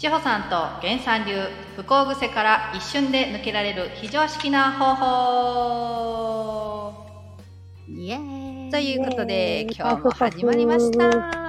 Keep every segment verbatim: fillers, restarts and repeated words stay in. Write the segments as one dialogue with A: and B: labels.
A: 千穂さんと源さん流不幸癖から一瞬で抜けられる非常識な方法
B: イエーイ
A: ということで今日も始まりました。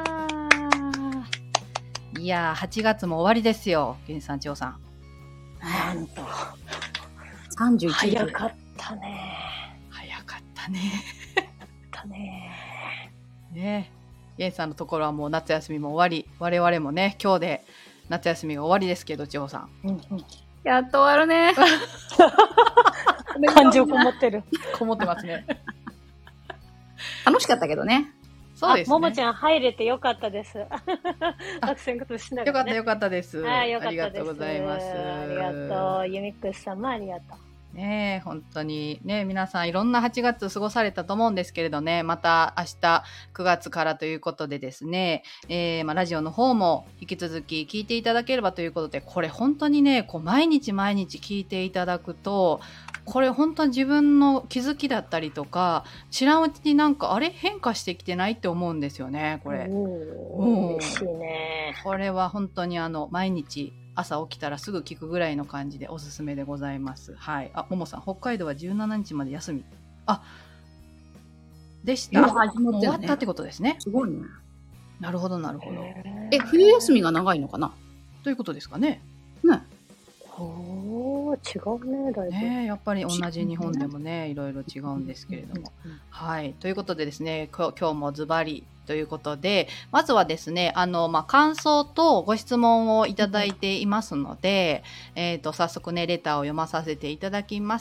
A: いやーはちがつも終わりですよ。源さん、千穂さん。
B: なんとさんじゅういちにち
C: 早かったね。
A: 早かったね。
C: だね。
A: ね、源さんのところはもう夏休みも終わり、我々もね今日で夏休みが終わりですけど、千穂さん、
C: うんうん、
B: やっと終わるね。
C: 感情こもってる。
A: こもってますね。
B: 楽しかったけどね。
A: そうですね。
C: ももちゃん入れてよかったです。学生のことしながら、ね、
A: よかったよかったです。
C: あ、よかったです。
A: ありがとうございます。
C: ありがとう。ユミックスさんもありがとう。
A: ねえ、本当にね、皆さんいろんなはちがつ過ごされたと思うんですけれどね、また明日くがつからということでですね、えーまあ、ラジオの方も引き続き聞いていただければということで、これ本当にね、こう毎日毎日聞いていただくと、これ本当に自分の気づきだったりとか、知らんうちになんかあれ変化してきてないって思うんですよね、これ。
C: 嬉しいね。
A: これは本当にあの毎日朝起きたらすぐ聞くぐらいの感じでおすすめでございます。はい。あ、ももさん、北海道はじゅうしちにちまで休み。あ、でした。もう終わったってことですね。
B: すごいね。
A: なるほどなるほど。
B: え、冬休みが長いのかな
A: ということですかね。
B: ね。
C: おー、違うね、だいぶ。
A: ね、やっぱり同じ日本でもね、いろいろ違うんですけれども。はい。ということでですね、今日もズバリということで、まずはですね、あの、まあ、感想とご質問をいただいていますので、うん、えっと、早速ね、レターを読まさせていただきます。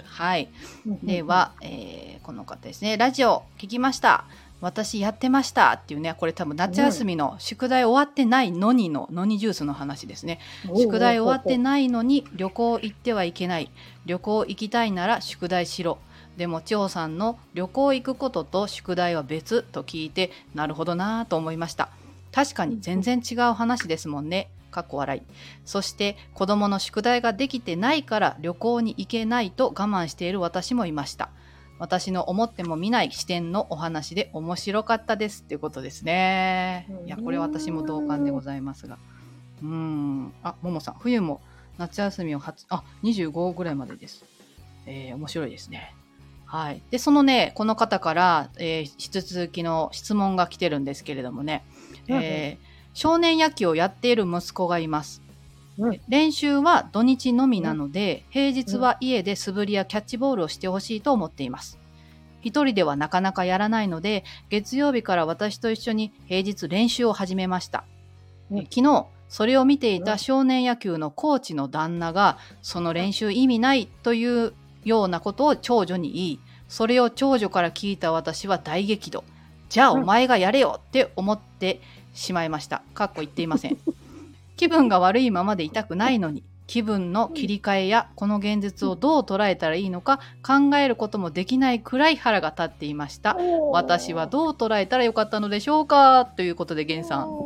A: はい。では、えー、この方ですね、ラジオ聞きました。私やってましたっていうね、これ多分夏休みの宿題終わってないのにの、のにジュースの話ですね。宿題終わってないのに旅行行ってはいけない。旅行行きたいなら宿題しろ。でも千穂さんの旅行行くことと宿題は別と聞いて、なるほどなと思いました。確かに全然違う話ですもんね。かっこ笑い。そして子供の宿題ができてないから旅行に行けないと我慢している私もいました。私の思っても見ない視点のお話で面白かったですっていうことですね。いや、これ私も同感でございますが。うーん。あ、ももさん、冬も夏休みを初、あ、にじゅうごぐらいまでです。えー、面白いですね。はい。で、そのね、この方から、えー、引き続きの質問が来てるんですけれどもね、えー、少年野球をやっている息子がいます。うん、練習は土日のみなので、うん、平日は家で素振りやキャッチボールをしてほしいと思っています。一人ではなかなかやらないので、月曜日から私と一緒に平日練習を始めました。うん、昨日、それを見ていた少年野球のコーチの旦那が、その練習意味ないというようなことを長女に言い、それを長女から聞いた私は大激怒。じゃあお前がやれよって思ってしまいました。かっこ言っていません。気分が悪いままでいたくないのに、気分の切り替えやこの現実をどう捉えたらいいのか考えることもできないくらい腹が立っていました。私はどう捉えたらよかったのでしょうかということで、源さん。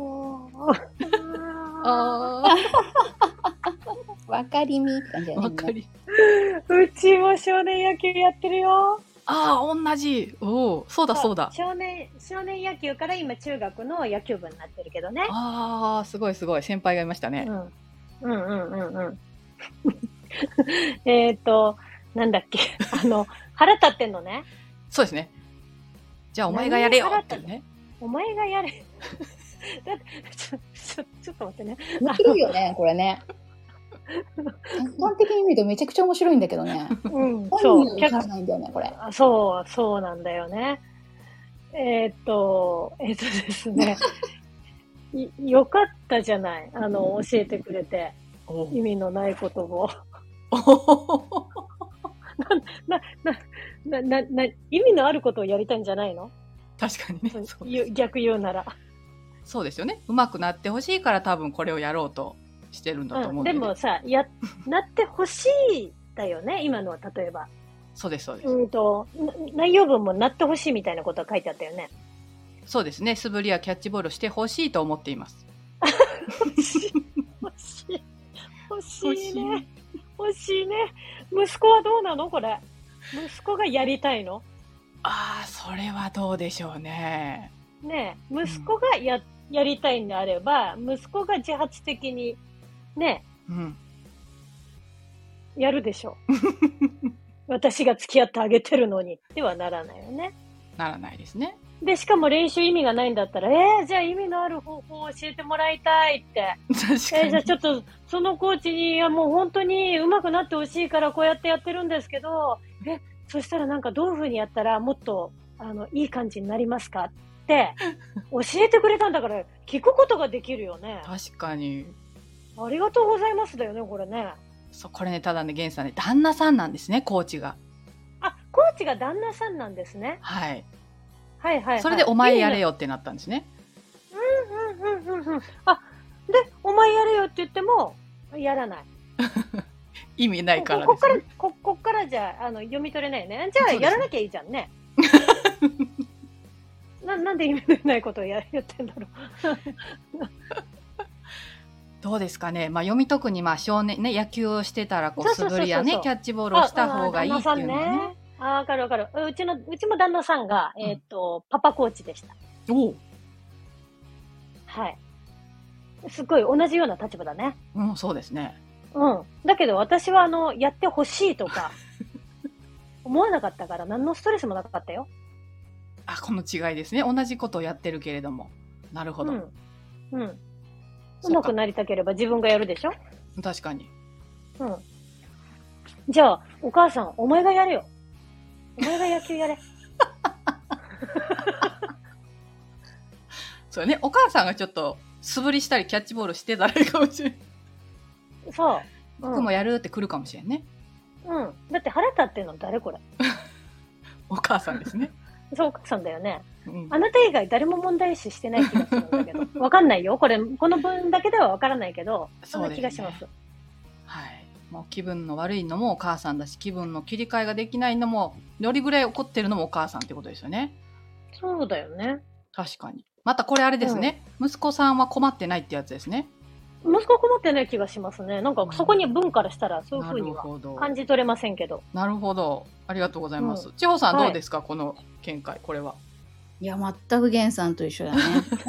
B: あわかりみって感じだね。
A: わかり。
C: うちも少年野球やってるよ。
A: ああ、同じ。おお、そうだそうだ。
C: 少年、少年野球から今中学の野球部になってるけどね。
A: ああ、すごいすごい。先輩がいましたね。
C: うん、うんうんうんうん。えっと、なんだっけ。あの、腹立ってんのね。
A: そうですね。じゃあお前がやれよってね。
C: お前がやれ。だってちょ、ちょ、ちょっと待ってね。
B: 面白いよね、これね。客観的に見るとめちゃくちゃ面白いんだけどね。うん、本人は分からないんだよね、これ。
C: そう、そうなんだよね。えー、っと、えー、っとですね。よかったじゃない。あの、教えてくれて。意味のない言葉を。な、な、な、な、な、意味のあることをやりたいんじゃないの？
A: 確かにね。
C: そう言う逆言うなら。
A: そうですよね。上手くなってほしいから多分これをやろうとしてるんだと思う、ね
C: うん。でもさ、や、なってほしいだよね、今のは例えば。
A: そうです、そうです。
C: うんと、内容文もなってほしいみたいなことが書いてあったよね。
A: そうですね。素振りやキャッチボールをしてほしいと思っています。
C: 欲しい。欲しい。欲しいね。欲しいね。息子はどうなのこれ。息子がやりたいの？
A: ああ、それはどうでしょうね。
C: ねえ、息子がや、うん、やりたいんであれば、息子が自発的にね、
A: うん、
C: やるでしょ。私が付き合ってあげてるのにではならないよね。
A: ならないですね。
C: で、しかも練習意味がないんだったら、えー、じゃあ意味のある方法を教えてもらいたいって。
A: 確かに。
C: えー、じゃあちょっと、そのコーチに、いやもう本当に上手くなってほしいからこうやってやってるんですけど、え、そしたらなんかどういう風にやったらもっと、あの、いい感じになりますかって教えてくれたんだから聞くことができるよね。
A: 確かに。
C: ありがとうございますだよね、これね。
A: そう、これね、ただね、ゲンさんね、旦那さんなんですね、コーチが。
C: あ、コーチが旦那さんなんですね。
A: はい。
C: はいはいはい。
A: それでお前やれよってなったんですね。
C: うんうんうんうんうん。あ、で、お前やれよって言っても、やらない。
A: 意味ないから
C: です、ね。ここから、こ、こっからじゃあ、あの、読み取れないよね。じゃあ、やらなきゃいいじゃんね。な、なんで意味のないことをややってんだろう。
A: どうですかね。まあ、読み解くに、まあ、少年ね、野球をしてたら、こう、素振りやね、キャッチボールをした方がいいっていうのはね。
C: あ、わかるわかる。うちの、うちも旦那さんが、えっと、パパコーチでした。
A: おお。
C: はい。すっごい同じような立場だね。
A: うん、そうですね。
C: うん。だけど私は、あの、やってほしいとか、思わなかったから、何のストレスもなかったよ。
A: あ、この違いですね。同じことをやってるけれども。なるほど。
C: うん。うん。うまくなりたければ自分がやるでしょ？
A: 確かに。
C: うん。じゃあ、お母さん、お前がやれよ。お前が野球やれ。
A: そうね。お母さんがちょっと素振りしたりキャッチボールしてたらいいかもしれない。
C: そう。
A: うん、僕もやるって来るかもしれんね。
C: うん。だって腹立ってんの誰これ。
A: お母さんですね。
C: そう、お母さんだよね。
A: うん、
C: あなた以外誰も問題視してない気がするんだけど。わかんないよ。これ、この分だけではわからないけど、そんな気がします。
A: そうですね。はい。もう気分の悪いのもお母さんだし、気分の切り替えができないのも、よりぐらい怒ってるのもお母さんってことですよね。
C: そうだよね。
A: 確かに。またこれあれですね。うん、息子さんは困ってないってやつですね。
C: 息子困ってない気がしますね。なんかそこに文からしたらそういうふうには感じ取れませんけど。
A: なるほど。ありがとうございます。千穂さんどうですか、はい、この見解、これは。
B: いや、全く源さんと一緒だね。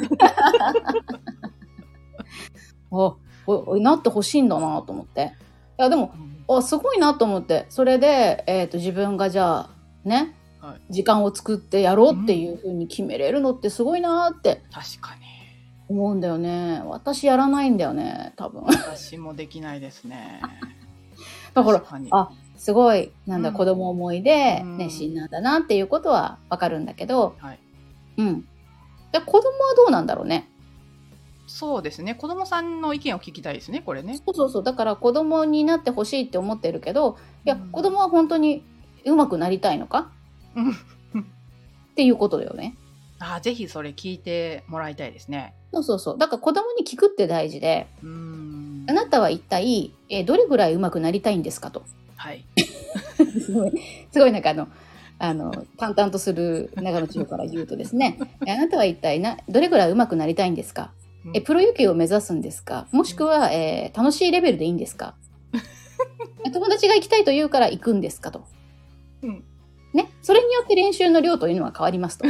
B: おおなってほしいんだなと思って。いやでも、うん、あすごいなと思って。それで、えーと、自分がじゃあね、はい、時間を作ってやろうっていうふうに決めれるのってすごいなって。
A: 確かに。
B: 思うんだよね。私やらないんだよね、多分。
A: 私もできないですね。
B: だから、あ、すごい、なんだ、うん、子供思いで熱心なんだなっていうことはわかるんだけど、はい、うん。で、子供はどうなんだろうね。
A: そうですね。子供さんの意見を聞きたいですね、これね。
B: そうそうそう。だから子供になってほしいって思ってるけど、いや、うん、子供は本当に上手くなりたいのかっていうことだよね。
A: あ、ぜひそれ聞いてもらいたいですね。
B: そうそうそう。だから子供に聞くって大事で、うーん、あなたは一体、えー、どれぐらい上手くなりたいんですかと。
A: はい。
B: すごい、すごいなんかあの、あの、淡々とする長野千穂から言うとですね、あなたは一体な、どれぐらい上手くなりたいんですか、うん、え、プロ野球を目指すんですか、もしくは、えー、楽しいレベルでいいんですか友達が行きたいと言うから行くんですかと。うんね、それによって練習の量というのは変わりますと。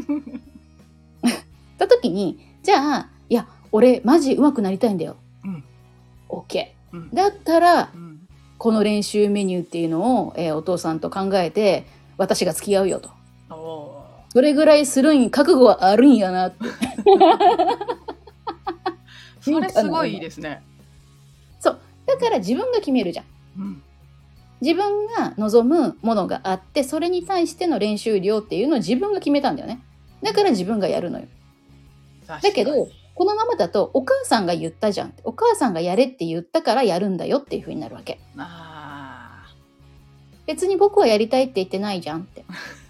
B: た時に、じゃあ、いや、俺マジ上手くなりたいんだよ。うん。OK。うん、だったら、うん、この練習メニューっていうのを、えー、お父さんと考えて、私が付き合うよと。おそれぐらいするん、覚悟はあるんやなって。
A: それすごいいいですね。
B: そう。だから自分が決めるじゃん。うん。自分が望むものがあって、それに対しての練習量っていうのを自分が決めたんだよね。だから自分がやるのよ。だけど、このままだとお母さんが言ったじゃん。お母さんがやれって言ったからやるんだよっていう風になるわけ。あ別に僕はやりたいって言ってないじゃんって。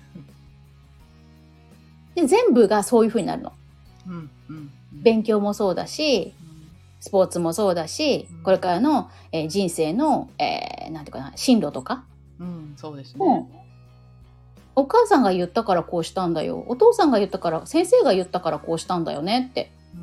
B: で、全部がそういう風になるの。うんうんうん、勉強もそうだし、スポーツもそうだし、これからの、えー、人生の、えー、なんていうかな、進路とか。
A: うん、そうですね。
B: お母さんが言ったからこうしたんだよ。お父さんが言ったから、先生が言ったからこうしたんだよねって。うん、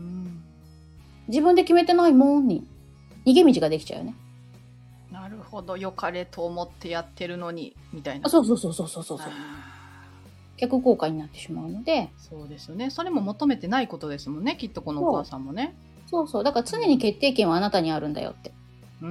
B: 自分で決めてないもんに、逃げ道ができちゃうよね。
A: なるほど。良かれと思ってやってるのに、みたいな。
B: そうそうそうそうそうそう。逆効果になってしまうので。
A: そうですよね。それも求めてないことですもんね。きっとこのお母さんもね。
B: そうそう。だから常に決定権はあなたにあるんだよって。
A: うん。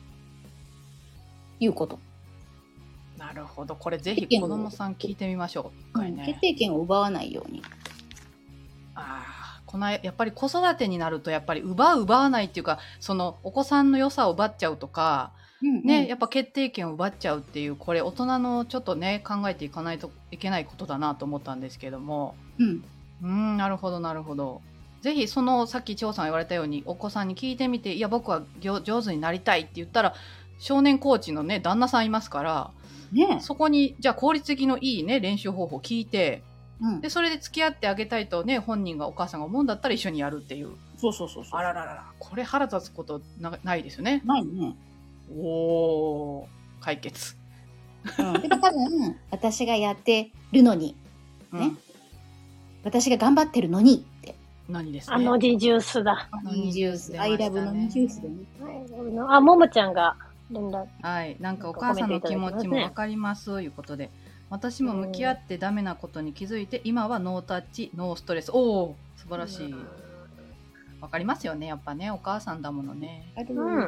B: いうこと。
A: なるほど。これぜひ子供さん聞いてみましょう。一回ね。
B: 決定権を奪わないように。
A: ああ、このやっぱり子育てになるとやっぱり奪う奪わないっていうか、そのお子さんの良さを奪っちゃうとか、うんうん、ね、やっぱ決定権を奪っちゃうっていう、これ大人のちょっとね考えていかないといけないことだなと思ったんですけども、うん、うん、なるほどなるほど。ぜひそのさっき張さん言われたようにお子さんに聞いてみて、いや僕は上手になりたいって言ったら少年コーチのね旦那さんいますから、ね、そこにじゃあ効率的のいいね練習方法を聞いて、うん、でそれで付き合ってあげたいとね本人がお母さんが思うんだったら一緒にやるっていう。
B: そうそうそうそう。
A: あらららら、これ腹立つこと な, ないですよね。
B: ないね。
A: おー、解決。
B: うん、でも多分私がやってるのに、ね、うん、私が頑張ってるのにって
A: 何ですね。
C: あのジジュースだ。
B: ノニジュース、アイラブのニジュースだね。
C: あ、ももちゃんが連絡。
A: はい、なんかお母さんの気持ちもわかりますということで、私も向き合ってダメなことに気づいて、今はノータッチ、ノーストレス。おお、素晴らしい。わかりますよね、やっぱね、お母さんだものね。
C: うん、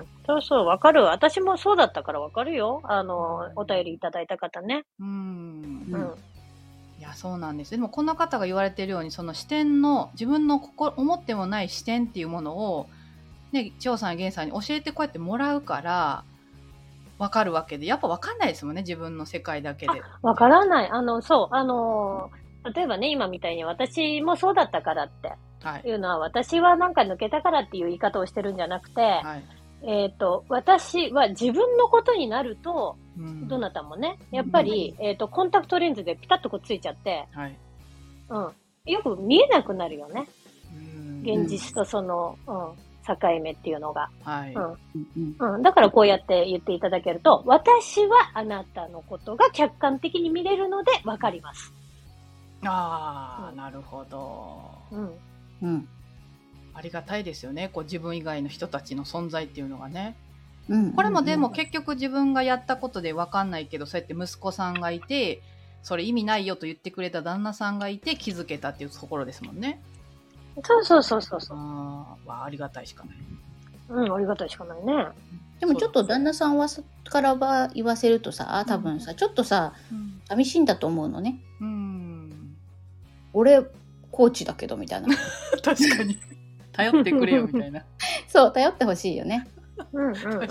C: そうそう、わかる。私もそうだったからわかるよ。あの、お便りいただいた方ね。うん。
A: うん。いや、そうなんです。でもこの方が言われているように、その視点の自分の心思ってもない視点っていうものをね、張さんや源さんに教えてこうやってもらうからわかるわけで、やっぱわかんないですもんね、自分の世界だけで。
C: わからない。あの、そう、あの、例えばね、今みたいに私もそうだったからっていうのは、はい、私はなんか抜けたからっていう言い方をしてるんじゃなくて、はい、えっと、私は自分のことになると、うん、どなたもね、やっぱり、うん、えっと、コンタクトレンズでピタッとくっついちゃって、はい、うん、よく見えなくなるよね。うん、現実とその、うん、境目っていうのが、はい、うんうん。だからこうやって言っていただけると、私はあなたのことが客観的に見れるので分かります。
A: ああ、うん、なるほど。うんうん。ありがたいですよね。こう自分以外の人たちの存在っていうのがね。うん、これもでも結局自分がやったことで分かんないけど、そうやって息子さんがいて、それ意味ないよと言ってくれた旦那さんがいて気づけたっていうところですもんね。
C: そうそうそうそうそう。
A: ああ、ありがたいしかない。
C: うん、ありがたいしかないね。
B: でもちょっと旦那さんはからは言わせるとさ、多分さ、うん、ちょっとさ、うん、寂しいんだと思うのね。うん。俺コーチだけどみたいな。
A: 確かに。頼ってくれよみたいな。
B: そう、頼ってほしいよね。
C: うんうんうんうん。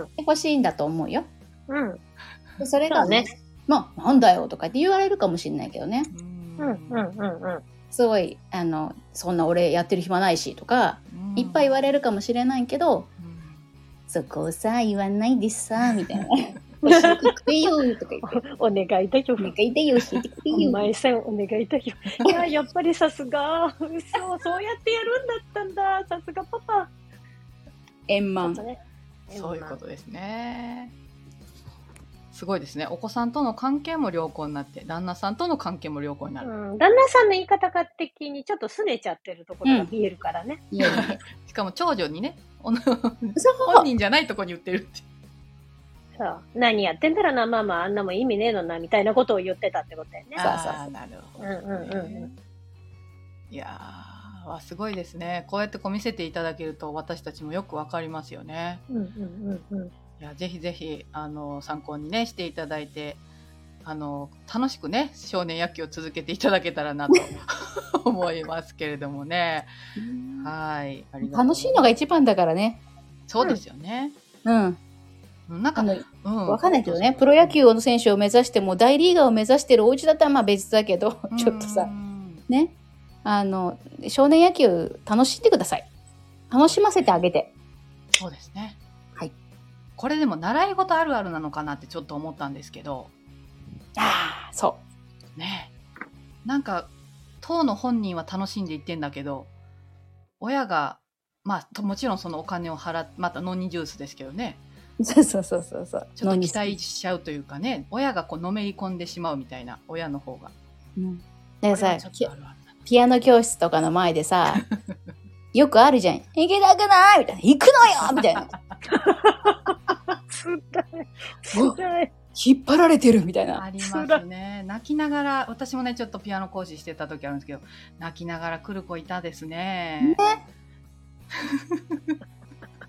B: 欲しいんだと思うよ。
C: うん。
B: でそれがね、まあなんだよとかって言われるかもしれないけどね。
C: うんうんうんうん。
B: すごいあのそんな俺やってる暇ないしとか、いっぱい言われるかもしれないけど、そこをさ言わないでさみたいな。教えてくれよとか言って。
C: お願いだよ。
B: お願いだよ、教えてくれよ。
C: お前さんお願いだよ。いや、やっぱりさすが。嘘、そうやってやるんだったんだ。さすがパパ。
B: 円満。
A: そういうことですね。すごいですね。お子さんとの関係も良好になって、旦那さんとの関係も良好になる。
C: うん、旦那さんの言い方が的にちょっと拗ねちゃってるところが見えるからね。
B: うん、
A: しかも長女にね、本人じゃないとこに言ってるって。
C: そう、何やってんだろうな、ママ、あんなもん意味ねえのなみたいなことを言ってたってことだよね。
A: ああ、なるほど、ね。うんうんうんうん。いやー、すごいですね。こうやってこう見せていただけると私たちもよくわかりますよね。
C: うんうんうんうん。
A: いや、ぜひぜひあの参考にねしていただいて、あの楽しくね少年野球を続けていただけたらなと思いますけれどもね。はい、ありがとう。
B: 楽しいのが一番だからね。
A: そうですよね。
B: うん。
A: うん、なんかあの、
B: うん、わかんないけどね、プロ野球の選手を目指しても大リーガーを目指してるお家だったらまあ別だけど、ちょっとさね、あの少年野球楽しんでください。楽しませてあげて。
A: そうですね。
B: はい。
A: これでも習い事あるあるなのかなってちょっと思ったんですけど。
B: ああ、そう
A: ね。なんか当の本人は楽しんでいってんだけど、親がまあもちろんそのお金を払っまたノンニジュースですけどね。
B: そうそうそうそうそう。
A: ちょっと期待しちゃうというかね、親がこうのめり込んでしまうみたいな、親の方が。
B: うん。でさ、ピアノ教室とかの前でさ、よくあるじゃん。行きたくないみたいな。行くのよみたいな。
C: つらい。つらい。
B: 引っ張られてるみたいな。
A: ありますね。泣きながら、私もね、ちょっとピアノ講師してた時あるんですけど、泣きながら来る子いたですね。ね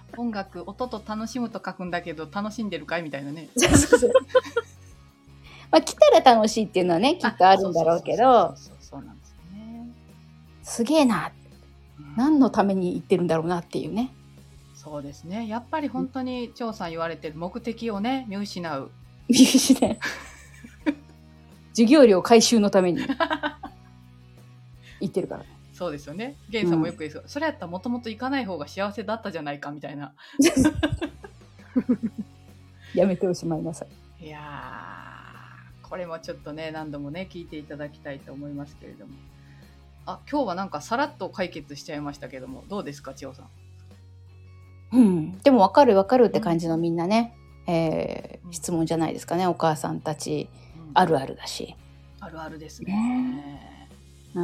A: 音楽音と楽しむと書くんだけど楽しんでるかいみたいなね。
B: そうそうそうまあ来たら楽しいっていうのはねきっとあるんだろうけど、
A: そうなんですよね。
B: すげえな、うん、何のために言ってるんだろうなっていうね。
A: そうですね。やっぱり本当に張さん言われてる目的をね見失う。
B: 見失う。授業料回収のために言ってるから。
A: そうですよね。ゲンさんもよく言う、うん、それやったらもともと行かない方が幸せだったじゃないかみたいな。
B: やめておしまいなさい。
A: いやー、これもちょっとね何度もね聞いていただきたいと思いますけれども、あ、今日はなんかさらっと解決しちゃいましたけども、どうですか千代さん。
B: うん、でも分かる分かるって感じのみんなね、うん、えー、質問じゃないですかね。お母さんたち、うん、あるあるだし、
A: あるあるですね。
B: うん、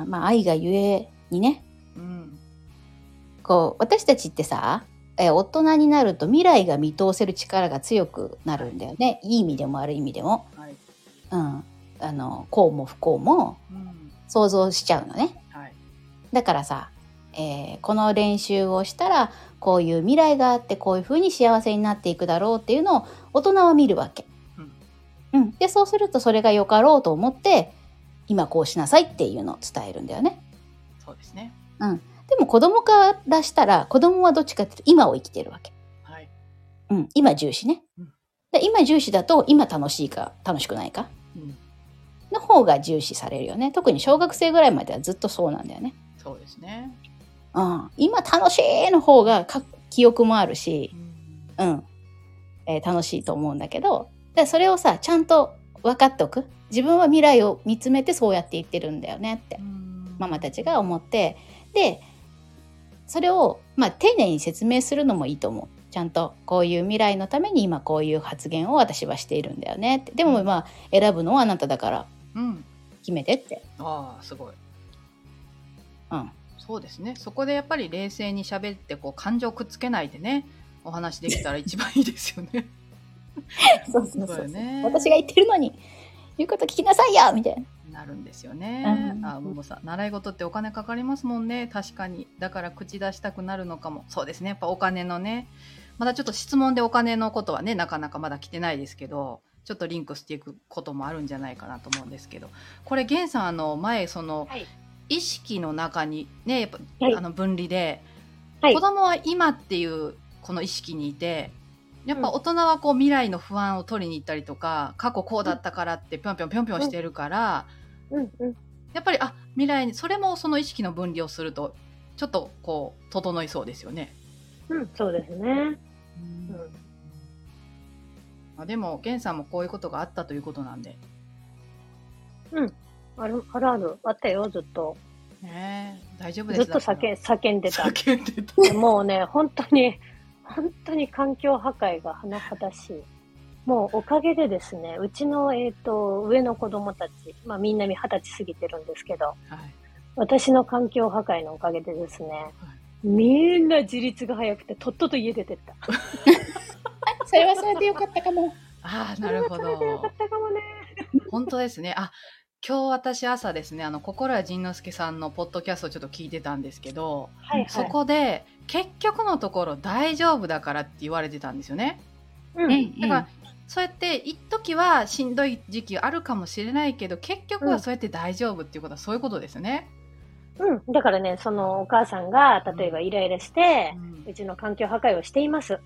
B: まあ愛がゆえにね、
A: うん、
B: こう私たちってさ、えー、大人になると未来が見通せる力が強くなるんだよね。いい意味でも悪い意味でも、はい、うん、あの幸も不幸も想像しちゃうのね、うん、はい、だからさ、えー、この練習をしたらこういう未来があってこういう風に幸せになっていくだろうっていうのを大人は見るわけ、うんうん、でそうするとそれがよかろうと思って今こうしなさいっていうのを伝えるんだよね。
A: そうですね、
B: うん、でも子供からしたら子供はどっちかっていうと今を生きてるわけ、はい、うん、今重視ね、うん、で今重視だと今楽しいか楽しくないか、うん、の方が重視されるよね。特に小学生ぐらいまではずっとそうなんだよね。
A: そうですね、
B: うん、今楽しいの方がか記憶もあるし、うん、えー、楽しいと思うんだけど、でそれをさちゃんと分かっておく。自分は未来を見つめてそうやって言ってるんだよねってママたちが思って、でそれをまあ丁寧に説明するのもいいと思う。ちゃんとこういう未来のために今こういう発言を私はしているんだよねって。でもまあ選ぶのはあなただから決めてって、
A: うん、ああすごい、
B: うん、
A: そうですね。そこでやっぱり冷静に喋ってこう感情くっつけないでねお話できたら一番いいですよね。
B: そうそうそうそう、ね、私が言ってるのに言うこと聞きなさいよみたいな
A: なるんですよね、うん、あ、ももさん習い事ってお金かかりますもんね。確かに。だから口出したくなるのかも。そうですね。やっぱお金のね、まだちょっと質問でお金のことはねなかなかまだ来てないですけど、ちょっとリンクしていくこともあるんじゃないかなと思うんですけど、これ源さんあの前その、はい、意識の中にねやっぱ、はい、あの分離で、はい、子供は今っていうこの意識にいて、やっぱ大人はこう未来の不安を取りに行ったりとか、過去こうだったからってぴょんぴょんぴょんぴょんしてるから、
C: うんうん、
A: やっぱりあ未来にそれもその意識の分離をするとちょっとこう整いそうですよね。
C: うん、そうですね。うん、
A: あでも源さんもこういうことがあったということなんで。
C: うん、あるあるあるあったよずっと。
A: ねえ、大丈夫です。
C: ずっと叫叫んでた。
A: 叫んでた。
C: もうね本当に本当に環境破壊が甚だしい。もうおかげでですね、うちの、えーと、上の子供たち、まあみんな二十歳過ぎてるんですけど、はい、私の環境破壊のおかげでですね、はい、みんな自立が早くてとっとと家出てった。
B: それはそれでよかったかも。
A: ああ、なるほど。それはそれでよかったかもね。本当ですね。あ、今日私朝ですね、あの心谷仁之助さんのポッドキャストをちょっと聞いてたんですけど、はいはい、そこで結局のところ大丈夫だからって言われてたんですよね。うん、だから、うん、そうやって一時はしんどい時期あるかもしれないけど結局はそうやって大丈夫っていうことはそういうことですよね。
C: うん、だからね、そのお母さんが例えばイライラして、うん、うちの環境破壊をしています。はい、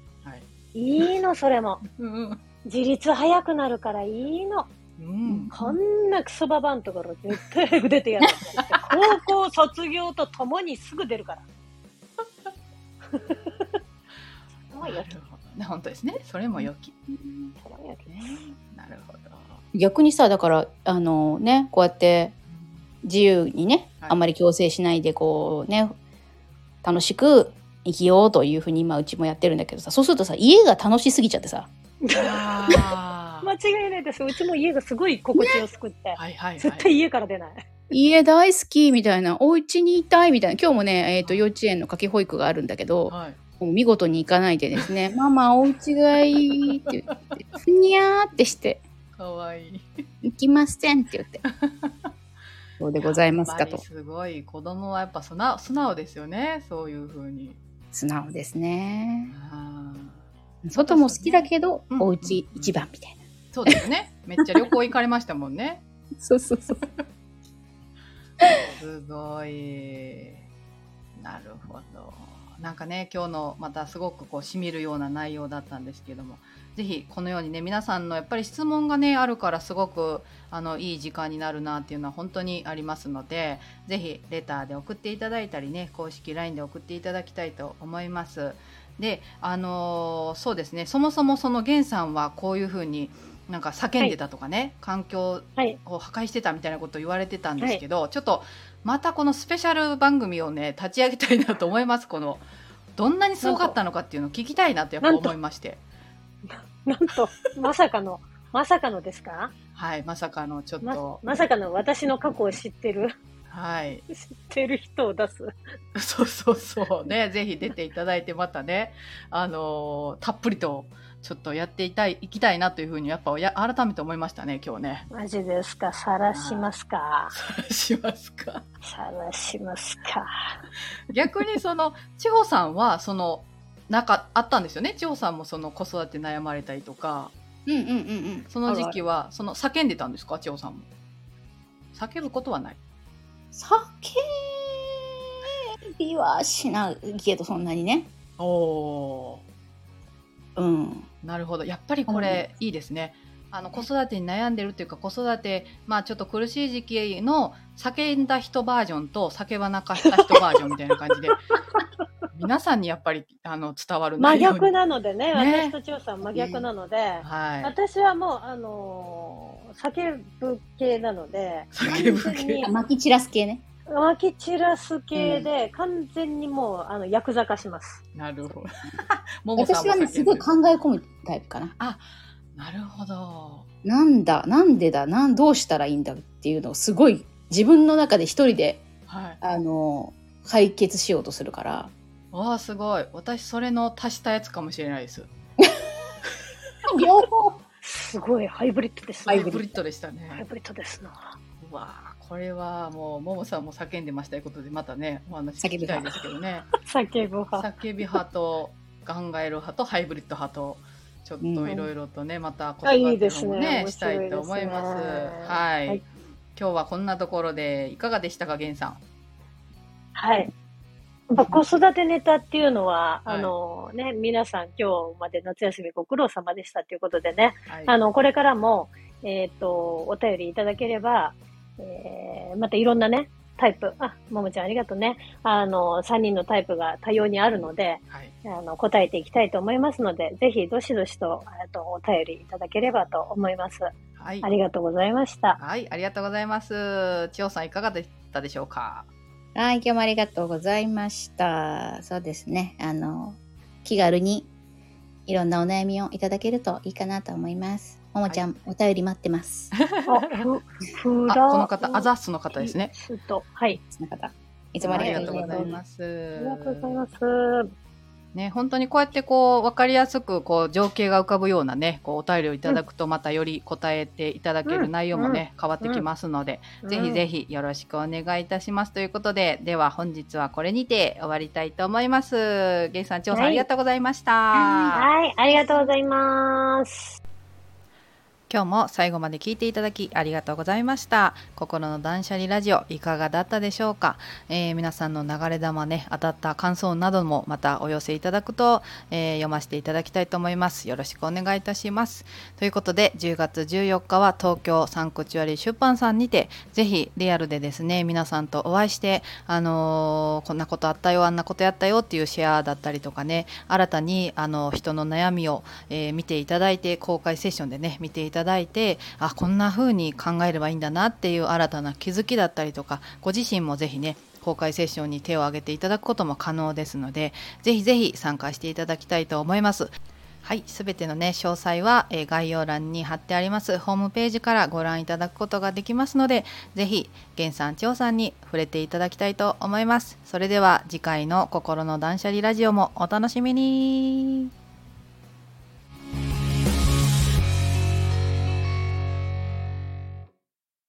C: いいのそれも。うん、自立早くなるからいいの。うん、こんなクソババンところ絶対早く出てやるって高校卒業とともにすぐ出るから。
A: なるほどね、本当ですね。それも良き。うん、それも良きね。なるほど。
B: 逆にさ、だからあのね、こうやって自由にね、はい、あんまり強制しないでこうね、楽しく生きようというふうに今うちもやってるんだけどさ、そうするとさ、家が楽しすぎちゃってさ。
C: あ間違いないです。うちも家がすごい心地よすくって、ね、はいはいはい、絶対家から出ない。
B: 家大好きみたいな、お家にいたいみたいな。今日もね、えーと、幼稚園の夏季保育があるんだけど、はい、もう見事に行かないでですね、ママお家がいいって言って、ふにゃーってして、
A: かわいい。
B: 行きませんって言って。そうでございますかと。
A: すごい子供はやっぱ素直、素直ですよね、そういう風に。
B: 素直ですね。
A: あ
B: 外も好きだけど、
A: うん
B: お家一番みたいな。
A: そうですね。めっちゃ旅行行かれましたもんね。
B: そうそうそう。
A: すごい。なるほど。なんかね、今日のまたすごくこうしみるような内容だったんですけども、ぜひこのようにね、皆さんのやっぱり質問がねあるからすごくあのいい時間になるなっていうのは本当にありますので、ぜひレターで送っていただいたりね、公式 ライン で送っていただきたいと思います。で、あのーそうですね、そもそもその源さんはこういうふうになんか叫んでたとかね、環境
C: はい。
A: を破壊してたみたいなことを言われてたんですけど、ちょっとまたこのスペシャル番組をね立ち上げたいなと思います。このどんなにすごかったのかっていうのを聞きたいなとやっぱ思いまして、
C: なんと、まさかの、まさかのですか？
A: はい、まさかのちょっ
C: ま、
A: と、
C: まさかの私の過去を知ってる、
A: はい
C: 知ってる人を出す。
A: そうそうそうね、ぜひ出ていただいてまたね、あのーたっぷりとちょっとやっていたいいきたいなというふうにやっぱや改めて思いましたね、今日ね。
C: マジですか？晒しますか？
A: しますか。
C: 晒しますか？
A: 逆にその千穂さんはそのなんかあったんですよね。千穂さんもその子育て悩まれたりとか、
B: うんうんうんうん。
A: その時期はその叫んでたんですか、千穂さんも。叫ぶことはない。
B: 叫びはしないけど、そんなにね。
A: おお
B: うん。
A: ー、なるほど。やっぱりこれいいですね。あの子育てに悩んでるっていうか、子育てまあちょっと苦しい時期の叫んだ人バージョンと叫ばなかった人バージョンみたいな感じで皆さんにやっぱりあの伝わる
C: 真
A: 内容に
C: 逆なのでね、
A: ね
C: 私と千代さん真逆なので、
A: はい。
C: 私はもう、あのー叫ぶ系なので、
A: 叫ぶ系
C: 完全に
B: まき散らす系ね。
C: まき散らす系で、完全にもう、あの、ヤクザ化します。
A: なるほど。ももさんも
B: 私はね、すごい考え込むタイプかな。
A: なるほど。
B: なんだ、なんでだ、なんどうしたらいいんだっていうのをすごい自分の中で一人で、
A: はい。
B: あの、解決しようとするから。
A: わあすごい。私それの足したやつかもしれないです。
B: 両方
C: すごい、ハイブリッドですね。
A: ハイブリッドでした
C: ハイ
A: ね。
C: ブリッドですな。
A: うわあこれはもうももさんも叫んでましたということでまたねお話聞きたいですけどね。
C: 叫ぶ派。
A: 叫び派と考える派とハイブリッド派とちょっといろいろとね、また子
C: あいい
A: 育て
C: ですね
A: のもね
C: 面
A: したい
C: 白いですね
A: と思います。はい、
C: はい
A: 今日はこんなところでいかがでしたか、源さん。
C: はい。やっぱ子育てネタっていうのは、
A: はい
C: あのね、皆さん今日まで夏休みご苦労様でしたということでね、
A: はい、
C: あの、これからも、えっ、と、お便りいただければ、えー、またいろんなね、タイプ、あ、ももちゃんありがとうね。あの、さんにんのタイプが多様にあるので、
A: はい
C: あの、答えていきたいと思いますので、ぜひどしどしと、えっと、お便りいただければと思います。
A: はい
C: ありがとうございました。
A: はい、ありがとうございます。千代さんいかがでしたでしょうか。
B: はい、今日もありがとうございました。そうですね。あの、気軽にいろんなお悩みをいただけるといいかなと思います。ももちゃん、お便り待ってます。
C: あ、ふ、ふ
A: あ、
C: ら、
A: この方、アザッスの方ですね。
C: すと、はい。
B: その方、いつもありがとうござい
A: あり
B: ます。
A: がとうございます。
C: ありがとうございます。
A: ね、本当にこうやってこう分かりやすくこう情景が浮かぶようなね、こうお便りをいただくとまたより答えていただける内容もね、変わってきますので、ぜひぜひよろしくお願いいたしますということで、では本日はこれにて終わりたいと思います。ゲイさん、張さん、
C: はい
A: ありがとうございました。
C: はい、ありがとうございます。
A: 今日も最後まで聞いていただきありがとうございました。心の断捨離ラジオいかがだったでしょうか。えー、皆さんの流れ弾ね、当たった感想などもまたお寄せいただくと、えー、読ませていただきたいと思います。よろしくお願いいたします。ということでじゅうがつじゅうよっかは東京サンクチュアリ出版さんにて、ぜひリアルでですね、皆さんとお会いして、あのー、こんなことあったよ、あんなことやったよっていうシェアだったりとかね、新たにあの人の悩みを、えー、見ていただいて、公開セッションでね見ていただいていただいて、あ、こんな風に考えればいいんだなっていう新たな気づきだったりとか、ご自身もぜひね公開セッションに手を挙げていただくことも可能ですので、ぜひぜひ参加していただきたいと思います。はい、すべてのね詳細は、えー、概要欄に貼ってありますホームページからご覧いただくことができますので、ぜひ源さん、千代さんに触れていただきたいと思います。それでは次回の心の断捨離ラジオもお楽しみに。